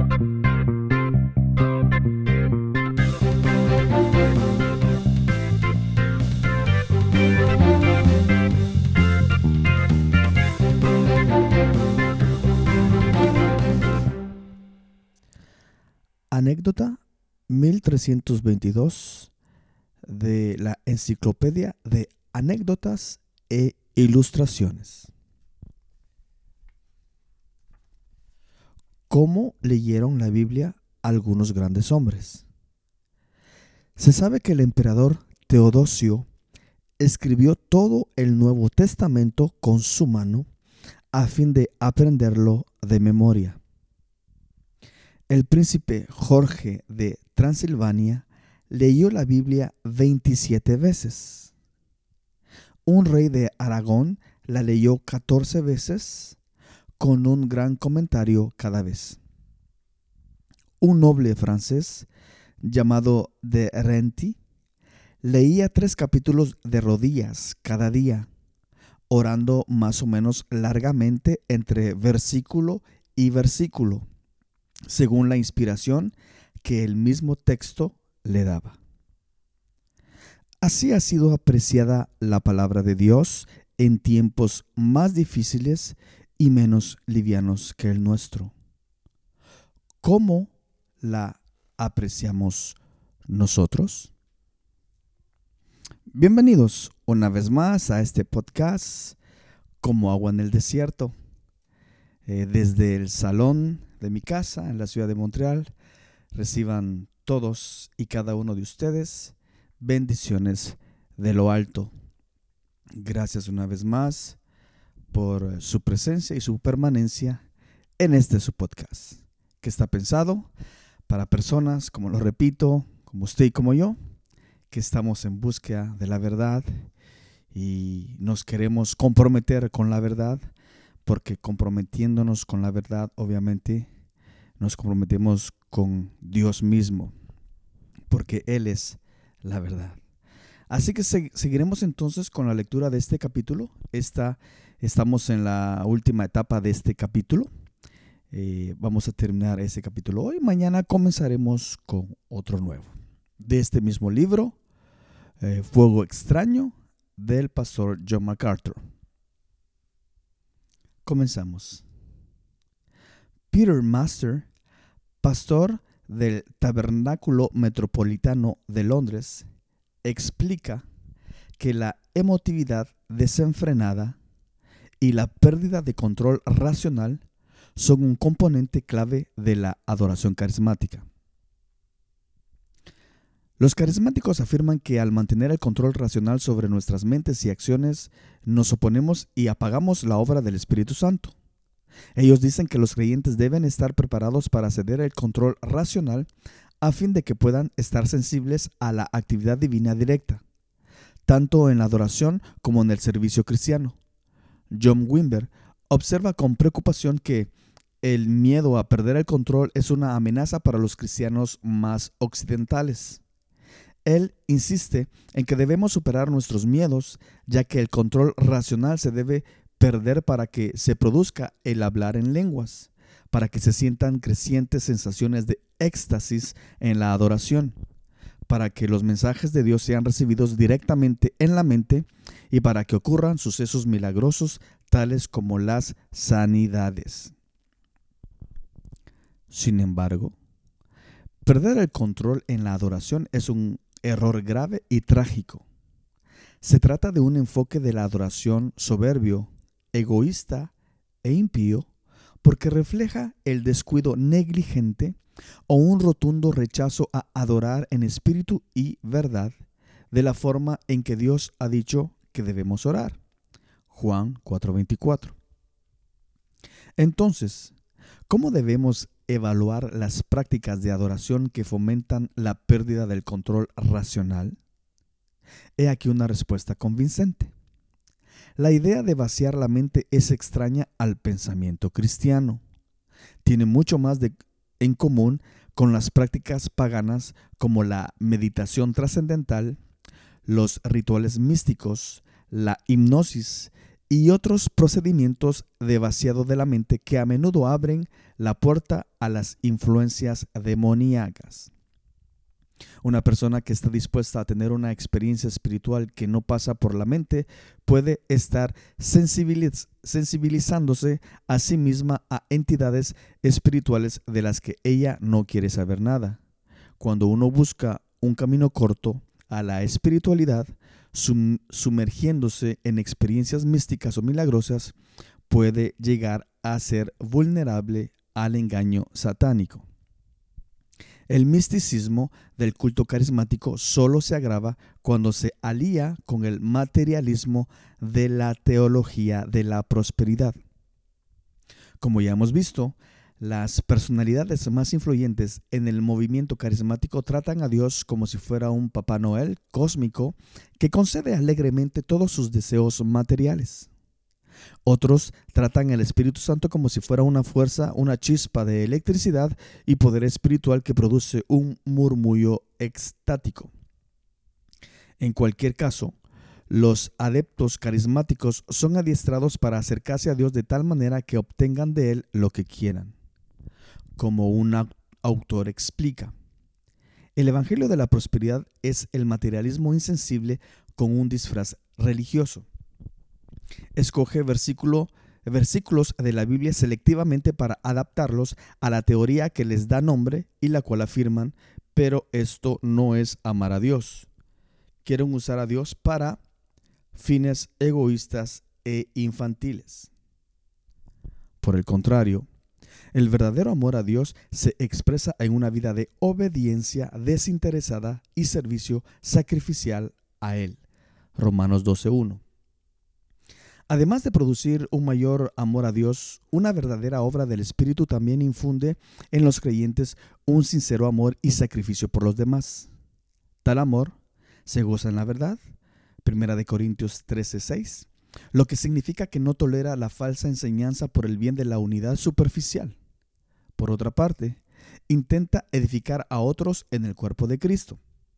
Anécdota 1322 de la Enciclopedia de Anécdotas e Ilustraciones. ¿Cómo leyeron la Biblia algunos grandes hombres? Se sabe que el emperador Teodosio escribió todo el Nuevo Testamento con su mano a fin de aprenderlo de memoria. El príncipe Jorge de Transilvania leyó la Biblia 27 veces. Un rey de Aragón la leyó 14 veces con un gran comentario cada vez. Un noble francés llamado de Renty leía 3 capítulos de rodillas cada día, orando más o menos largamente entre versículo y versículo, según la inspiración que el mismo texto le daba. Así ha sido apreciada la palabra de Dios en tiempos más difíciles y menos livianos que el nuestro. ¿Cómo la apreciamos nosotros? Bienvenidos una vez más a este podcast Como agua en el desierto. Desde el salón de mi casa en la ciudad de Montreal, reciban todos y cada uno de ustedes bendiciones de lo alto. Gracias una vez más por su presencia y su permanencia en su podcast, que está pensado para personas, como lo repito, como usted y como yo, que estamos en búsqueda de la verdad y nos queremos comprometer con la verdad, porque comprometiéndonos con la verdad, obviamente, nos comprometemos con Dios mismo, porque Él es la verdad. Así que seguiremos entonces con la lectura de este capítulo. Estamos en la última etapa de este capítulo. Vamos a terminar ese capítulo hoy. Mañana comenzaremos con otro nuevo. De este mismo libro, Fuego Extraño, del pastor John MacArthur. Comenzamos. Peter Master, pastor del Tabernáculo Metropolitano de Londres, explica que la emotividad desenfrenada y la pérdida de control racional son un componente clave de la adoración carismática. Los carismáticos afirman que al mantener el control racional sobre nuestras mentes y acciones, nos oponemos y apagamos la obra del Espíritu Santo. Ellos dicen que los creyentes deben estar preparados para ceder el control racional a fin de que puedan estar sensibles a la actividad divina directa, tanto en la adoración como en el servicio cristiano. John Wimber observa con preocupación que el miedo a perder el control es una amenaza para los cristianos más occidentales. Él insiste en que debemos superar nuestros miedos, ya que el control racional se debe perder para que se produzca el hablar en lenguas, para que se sientan crecientes sensaciones de éxtasis en la adoración, para que los mensajes de Dios sean recibidos directamente en la mente y para que ocurran sucesos milagrosos tales como las sanidades. Sin embargo, perder el control en la adoración es un error grave y trágico. Se trata de un enfoque de la adoración soberbio, egoísta e impío, porque refleja el descuido negligente o un rotundo rechazo a adorar en espíritu y verdad de la forma en que Dios ha dicho que debemos orar. Juan 4:24. Entonces, ¿cómo debemos evaluar las prácticas de adoración que fomentan la pérdida del control racional? He aquí una respuesta convincente. La idea de vaciar la mente es extraña al pensamiento cristiano. Tiene mucho más en común con las prácticas paganas como la meditación trascendental, los rituales místicos, la hipnosis y otros procedimientos de vaciado de la mente que a menudo abren la puerta a las influencias demoníacas. Una persona que está dispuesta a tener una experiencia espiritual que no pasa por la mente puede estar sensibilizándose a sí misma a entidades espirituales de las que ella no quiere saber nada. Cuando uno busca un camino corto a la espiritualidad, sumergiéndose en experiencias místicas o milagrosas, puede llegar a ser vulnerable al engaño satánico. El misticismo del culto carismático solo se agrava cuando se alía con el materialismo de la teología de la prosperidad. Como ya hemos visto, las personalidades más influyentes en el movimiento carismático tratan a Dios como si fuera un Papá Noel cósmico que concede alegremente todos sus deseos materiales. Otros tratan al Espíritu Santo como si fuera una fuerza, una chispa de electricidad y poder espiritual que produce un murmullo extático. En cualquier caso, los adeptos carismáticos son adiestrados para acercarse a Dios de tal manera que obtengan de Él lo que quieran. Como un autor explica, el Evangelio de la Prosperidad es el materialismo insensible con un disfraz religioso. Escoge versículos de la Biblia selectivamente para adaptarlos a la teoría que les da nombre y la cual afirman, pero esto no es amar a Dios. Quieren usar a Dios para fines egoístas e infantiles. Por el contrario, el verdadero amor a Dios se expresa en una vida de obediencia desinteresada y servicio sacrificial a Él. Romanos 12:1. Además de producir un mayor amor a Dios, una verdadera obra del Espíritu también infunde en los creyentes un sincero amor y sacrificio por los demás. Tal amor se goza en la verdad, 1 Corintios 13:6, lo que significa que no tolera la falsa enseñanza por el bien de la unidad superficial. Por otra parte, intenta edificar a otros en el cuerpo de Cristo.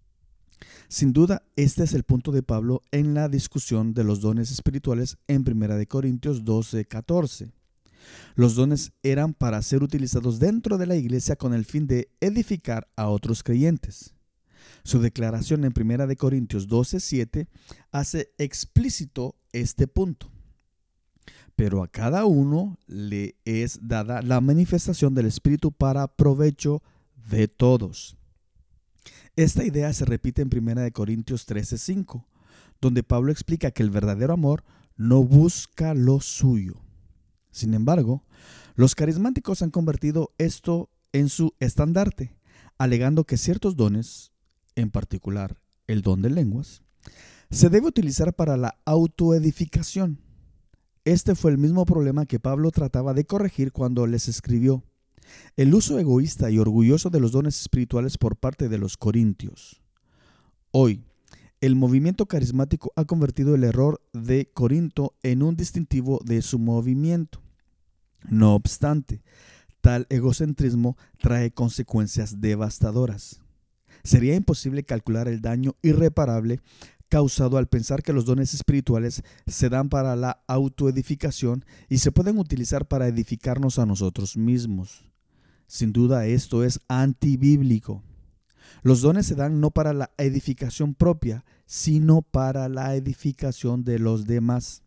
Sin duda, este es el punto de Pablo en la discusión de los dones espirituales en 1 Corintios 12:14. Los dones eran para ser utilizados dentro de la iglesia con el fin de edificar a otros creyentes. Su declaración en 1 Corintios 12:7 hace explícito este punto. Pero a cada uno le es dada la manifestación del Espíritu para provecho de todos. Esta idea se repite en 1 Corintios 13:5, donde Pablo explica que el verdadero amor no busca lo suyo. Sin embargo, los carismáticos han convertido esto en su estandarte, alegando que ciertos dones, en particular el don de lenguas, se debe utilizar para la autoedificación. Este fue el mismo problema que Pablo trataba de corregir cuando les escribió: el uso egoísta y orgulloso de los dones espirituales por parte de los corintios. Hoy, el movimiento carismático ha convertido el error de Corinto en un distintivo de su movimiento. No obstante, tal egocentrismo trae consecuencias devastadoras. Sería imposible calcular el daño irreparable causado al pensar que los dones espirituales se dan para la autoedificación y se pueden utilizar para edificarnos a nosotros mismos. Sin duda, esto es antibíblico. Los dones se dan no para la edificación propia, sino para la edificación de los demás.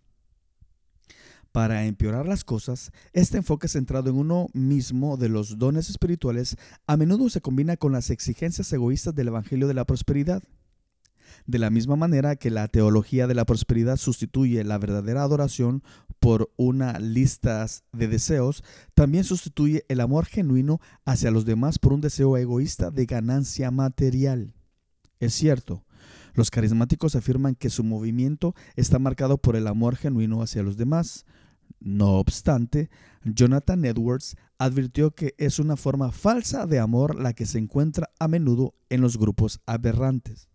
Para empeorar las cosas, este enfoque centrado en uno mismo de los dones espirituales a menudo se combina con las exigencias egoístas del Evangelio de la Prosperidad. De la misma manera que la teología de la prosperidad sustituye la verdadera adoración por una lista de deseos, también sustituye el amor genuino hacia los demás por un deseo egoísta de ganancia material. Es cierto, los carismáticos afirman que su movimiento está marcado por el amor genuino hacia los demás. No obstante, Jonathan Edwards advirtió que es una forma falsa de amor la que se encuentra a menudo en los grupos aberrantes.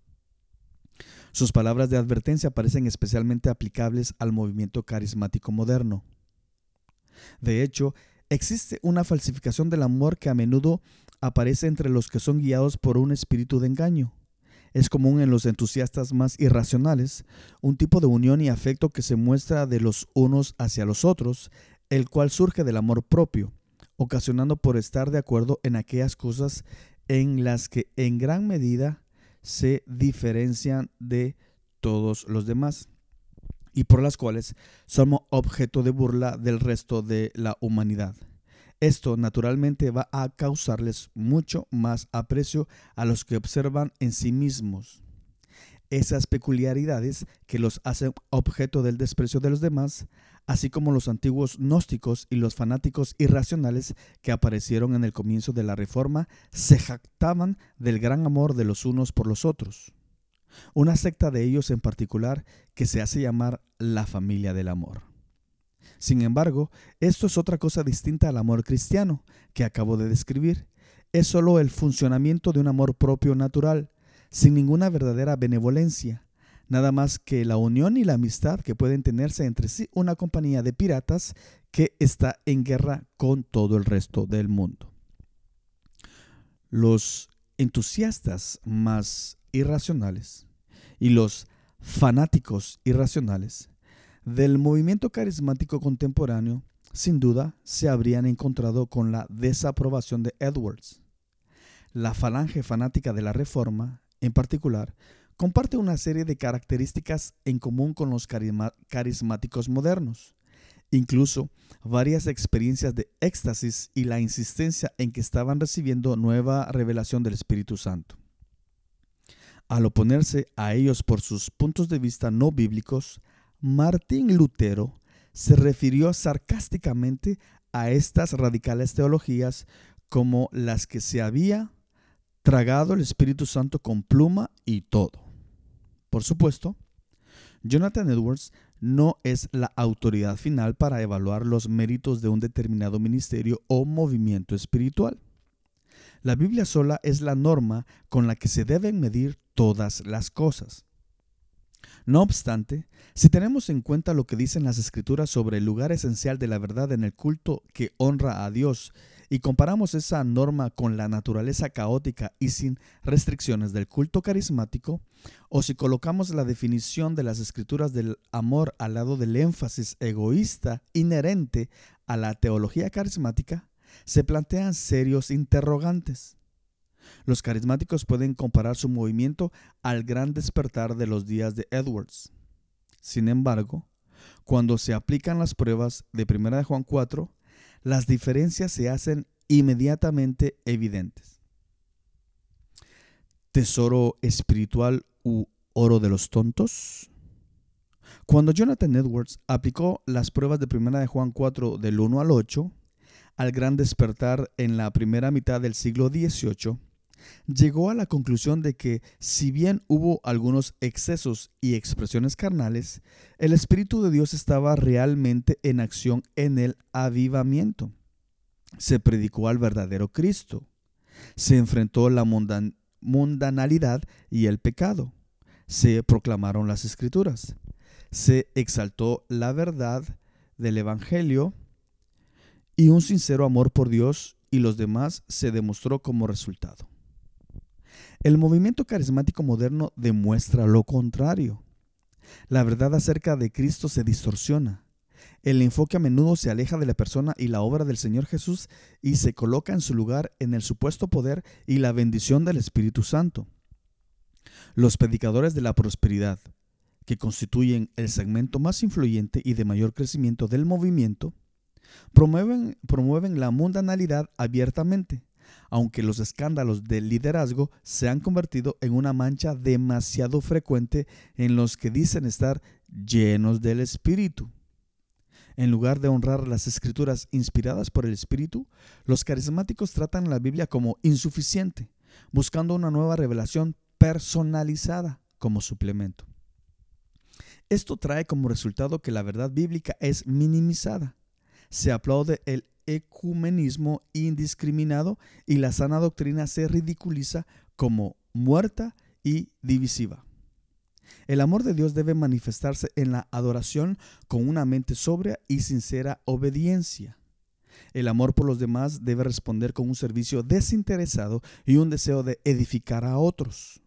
Sus palabras de advertencia parecen especialmente aplicables al movimiento carismático moderno. De hecho, existe una falsificación del amor que a menudo aparece entre los que son guiados por un espíritu de engaño. Es común en los entusiastas más irracionales un tipo de unión y afecto que se muestra de los unos hacia los otros, el cual surge del amor propio, ocasionando por estar de acuerdo en aquellas cosas en las que en gran medida se diferencian de todos los demás y por las cuales somos objeto de burla del resto de la humanidad. Esto naturalmente va a causarles mucho más aprecio a los que observan en sí mismos esas peculiaridades que los hacen objeto del desprecio de los demás, así como los antiguos gnósticos y los fanáticos irracionales que aparecieron en el comienzo de la Reforma se jactaban del gran amor de los unos por los otros. Una secta de ellos en particular que se hace llamar la familia del amor. Sin embargo, esto es otra cosa distinta al amor cristiano que acabo de describir. Es solo el funcionamiento de un amor propio natural, sin ninguna verdadera benevolencia, nada más que la unión y la amistad que pueden tenerse entre sí una compañía de piratas que está en guerra con todo el resto del mundo. Los entusiastas más irracionales y los fanáticos irracionales del movimiento carismático contemporáneo sin duda se habrían encontrado con la desaprobación de Edwards. La falange fanática de la Reforma, en particular, comparte una serie de características en común con los carismáticos modernos, incluso varias experiencias de éxtasis y la insistencia en que estaban recibiendo nueva revelación del Espíritu Santo. Al oponerse a ellos por sus puntos de vista no bíblicos, Martín Lutero se refirió sarcásticamente a estas radicales teologías como las que se había tragado el Espíritu Santo con pluma y todo. Por supuesto, Jonathan Edwards no es la autoridad final para evaluar los méritos de un determinado ministerio o movimiento espiritual. La Biblia sola es la norma con la que se deben medir todas las cosas. No obstante, si tenemos en cuenta lo que dicen las Escrituras sobre el lugar esencial de la verdad en el culto que honra a Dios y comparamos esa norma con la naturaleza caótica y sin restricciones del culto carismático, o si colocamos la definición de las Escrituras del amor al lado del énfasis egoísta inherente a la teología carismática, se plantean serios interrogantes. Los carismáticos pueden comparar su movimiento al gran despertar de los días de Edwards. Sin embargo, cuando se aplican las pruebas de 1 Juan 4, las diferencias se hacen inmediatamente evidentes. ¿Tesoro espiritual u oro de los tontos? Cuando Jonathan Edwards aplicó las pruebas de 1 Juan 4 del 1 al 8, al gran despertar en la primera mitad del siglo XVIII, llegó a la conclusión de que, si bien hubo algunos excesos y expresiones carnales, el Espíritu de Dios estaba realmente en acción en el avivamiento. Se predicó al verdadero Cristo. Se enfrentó la mundanalidad y el pecado. Se proclamaron las Escrituras. Se exaltó la verdad del Evangelio y un sincero amor por Dios y los demás se demostró como resultado. El movimiento carismático moderno demuestra lo contrario. La verdad acerca de Cristo se distorsiona. El enfoque a menudo se aleja de la persona y la obra del Señor Jesús y se coloca en su lugar en el supuesto poder y la bendición del Espíritu Santo. Los predicadores de la prosperidad, que constituyen el segmento más influyente y de mayor crecimiento del movimiento, promueven la mundanalidad abiertamente, aunque los escándalos del liderazgo se han convertido en una mancha demasiado frecuente en los que dicen estar llenos del Espíritu. En lugar de honrar las Escrituras inspiradas por el Espíritu, los carismáticos tratan la Biblia como insuficiente, buscando una nueva revelación personalizada como suplemento. Esto trae como resultado que la verdad bíblica es minimizada. Se aplaude el ecumenismo indiscriminado y la sana doctrina se ridiculiza como muerta y divisiva. El amor de Dios debe manifestarse en la adoración con una mente sobria y sincera obediencia. El amor por los demás debe responder con un servicio desinteresado y un deseo de edificar a otros.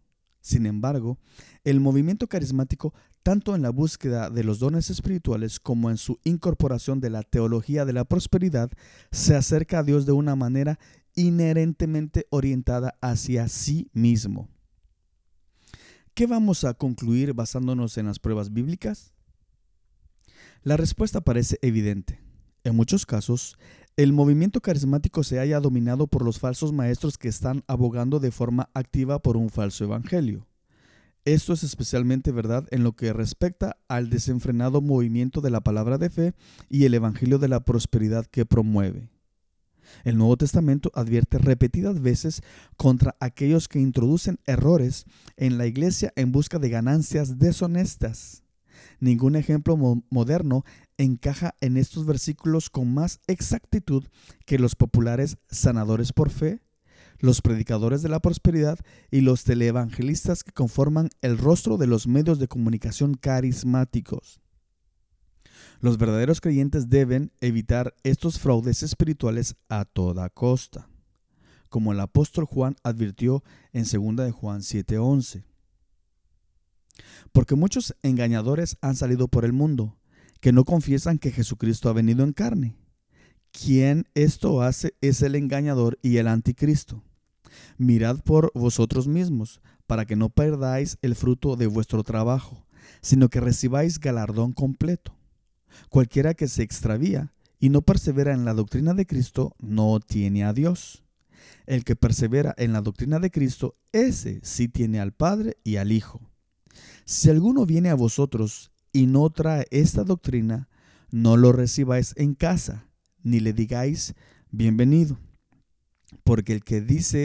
Sin embargo, el movimiento carismático, tanto en la búsqueda de los dones espirituales como en su incorporación de la teología de la prosperidad, se acerca a Dios de una manera inherentemente orientada hacia sí mismo. ¿Qué vamos a concluir basándonos en las pruebas bíblicas? La respuesta parece evidente. En muchos casos, el movimiento carismático se halla dominado por los falsos maestros que están abogando de forma activa por un falso evangelio. Esto es especialmente verdad en lo que respecta al desenfrenado movimiento de la palabra de fe y el evangelio de la prosperidad que promueve. El Nuevo Testamento advierte repetidas veces contra aquellos que introducen errores en la iglesia en busca de ganancias deshonestas. Ningún ejemplo moderno encaja en estos versículos con más exactitud que los populares sanadores por fe, los predicadores de la prosperidad y los teleevangelistas que conforman el rostro de los medios de comunicación carismáticos. Los verdaderos creyentes deben evitar estos fraudes espirituales a toda costa, como el apóstol Juan advirtió en 2 de Juan 7:11. Porque muchos engañadores han salido por el mundo, que no confiesan que Jesucristo ha venido en carne. Quien esto hace es el engañador y el anticristo. Mirad por vosotros mismos, para que no perdáis el fruto de vuestro trabajo, sino que recibáis galardón completo. Cualquiera que se extravía y no persevera en la doctrina de Cristo no tiene a Dios. El que persevera en la doctrina de Cristo, ese sí tiene al Padre y al Hijo. Si alguno viene a vosotros y no trae esta doctrina, no lo recibáis en casa, ni le digáis bienvenido, porque el que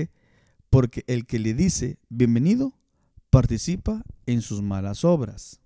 le dice bienvenido participa en sus malas obras.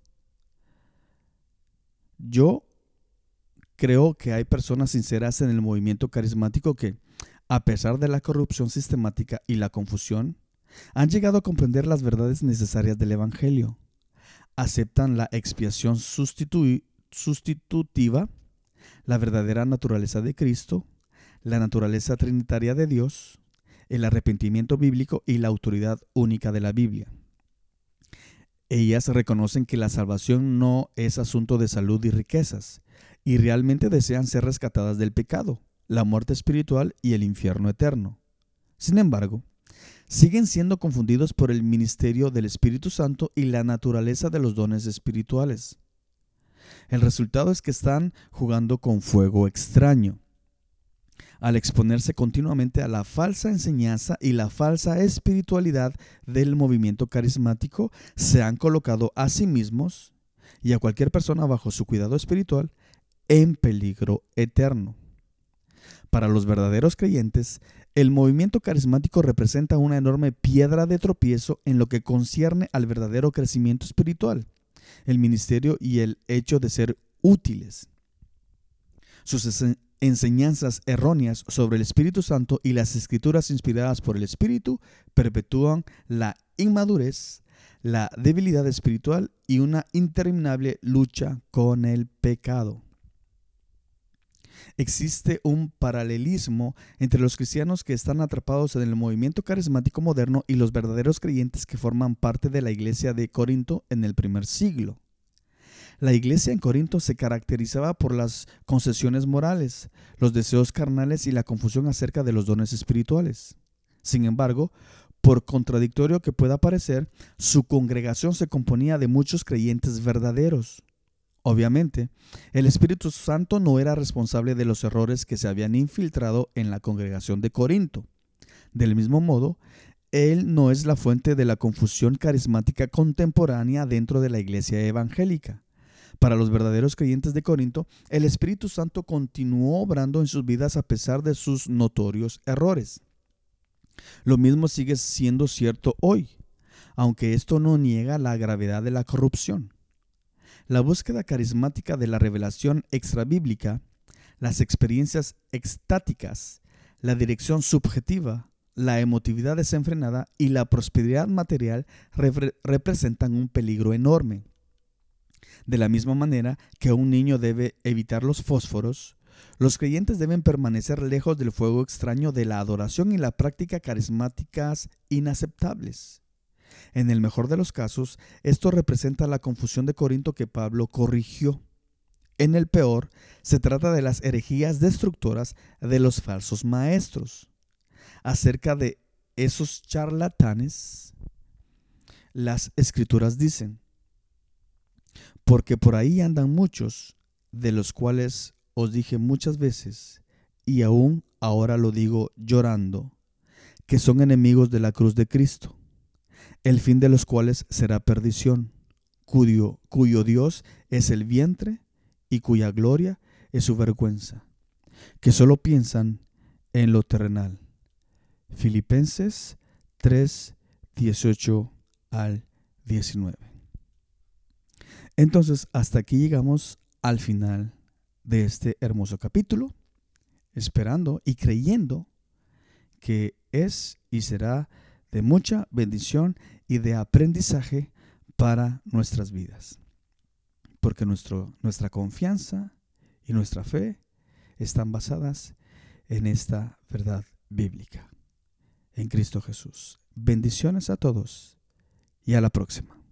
Yo creo que hay personas sinceras en el movimiento carismático que, a pesar de la corrupción sistemática y la confusión, han llegado a comprender las verdades necesarias del Evangelio. Aceptan la expiación sustitutiva, la verdadera naturaleza de Cristo, la naturaleza trinitaria de Dios, el arrepentimiento bíblico y la autoridad única de la Biblia. Ellas reconocen que la salvación no es asunto de salud y riquezas, y realmente desean ser rescatadas del pecado, la muerte espiritual y el infierno eterno. Sin embargo, siguen siendo confundidos por el ministerio del Espíritu Santo y la naturaleza de los dones espirituales. El resultado es que están jugando con fuego extraño. Al exponerse continuamente a la falsa enseñanza y la falsa espiritualidad del movimiento carismático, se han colocado a sí mismos y a cualquier persona bajo su cuidado espiritual en peligro eterno. Para los verdaderos creyentes, el movimiento carismático representa una enorme piedra de tropiezo en lo que concierne al verdadero crecimiento espiritual, el ministerio y el hecho de ser útiles. Sus enseñanzas erróneas sobre el Espíritu Santo y las escrituras inspiradas por el Espíritu perpetúan la inmadurez, la debilidad espiritual y una interminable lucha con el pecado. Existe un paralelismo entre los cristianos que están atrapados en el movimiento carismático moderno y los verdaderos creyentes que forman parte de la iglesia de Corinto en el primer siglo. La iglesia en Corinto se caracterizaba por las concesiones morales, los deseos carnales y la confusión acerca de los dones espirituales. Sin embargo, por contradictorio que pueda parecer, su congregación se componía de muchos creyentes verdaderos. Obviamente, el Espíritu Santo no era responsable de los errores que se habían infiltrado en la congregación de Corinto. Del mismo modo, Él no es la fuente de la confusión carismática contemporánea dentro de la iglesia evangélica. Para los verdaderos creyentes de Corinto, el Espíritu Santo continuó obrando en sus vidas a pesar de sus notorios errores. Lo mismo sigue siendo cierto hoy, aunque esto no niega la gravedad de la corrupción. La búsqueda carismática de la revelación extrabíblica, las experiencias extáticas, la dirección subjetiva, la emotividad desenfrenada y la prosperidad material representan un peligro enorme. De la misma manera que un niño debe evitar los fósforos, los creyentes deben permanecer lejos del fuego extraño de la adoración y la práctica carismáticas inaceptables. En el mejor de los casos, esto representa la confusión de Corinto que Pablo corrigió. En el peor, se trata de las herejías destructoras de los falsos maestros. Acerca de esos charlatanes, las Escrituras dicen: porque por ahí andan muchos, de los cuales os dije muchas veces, y aún ahora lo digo llorando, que son enemigos de la cruz de Cristo, el fin de los cuales será perdición, cuyo Dios es el vientre y cuya gloria es su vergüenza, que solo piensan en lo terrenal. Filipenses 3, 18 al 19. Entonces, hasta aquí llegamos al final de este hermoso capítulo, esperando y creyendo que es y será de mucha bendición y de aprendizaje para nuestras vidas. Porque nuestra confianza y nuestra fe están basadas en esta verdad bíblica, en Cristo Jesús. Bendiciones a todos y a la próxima.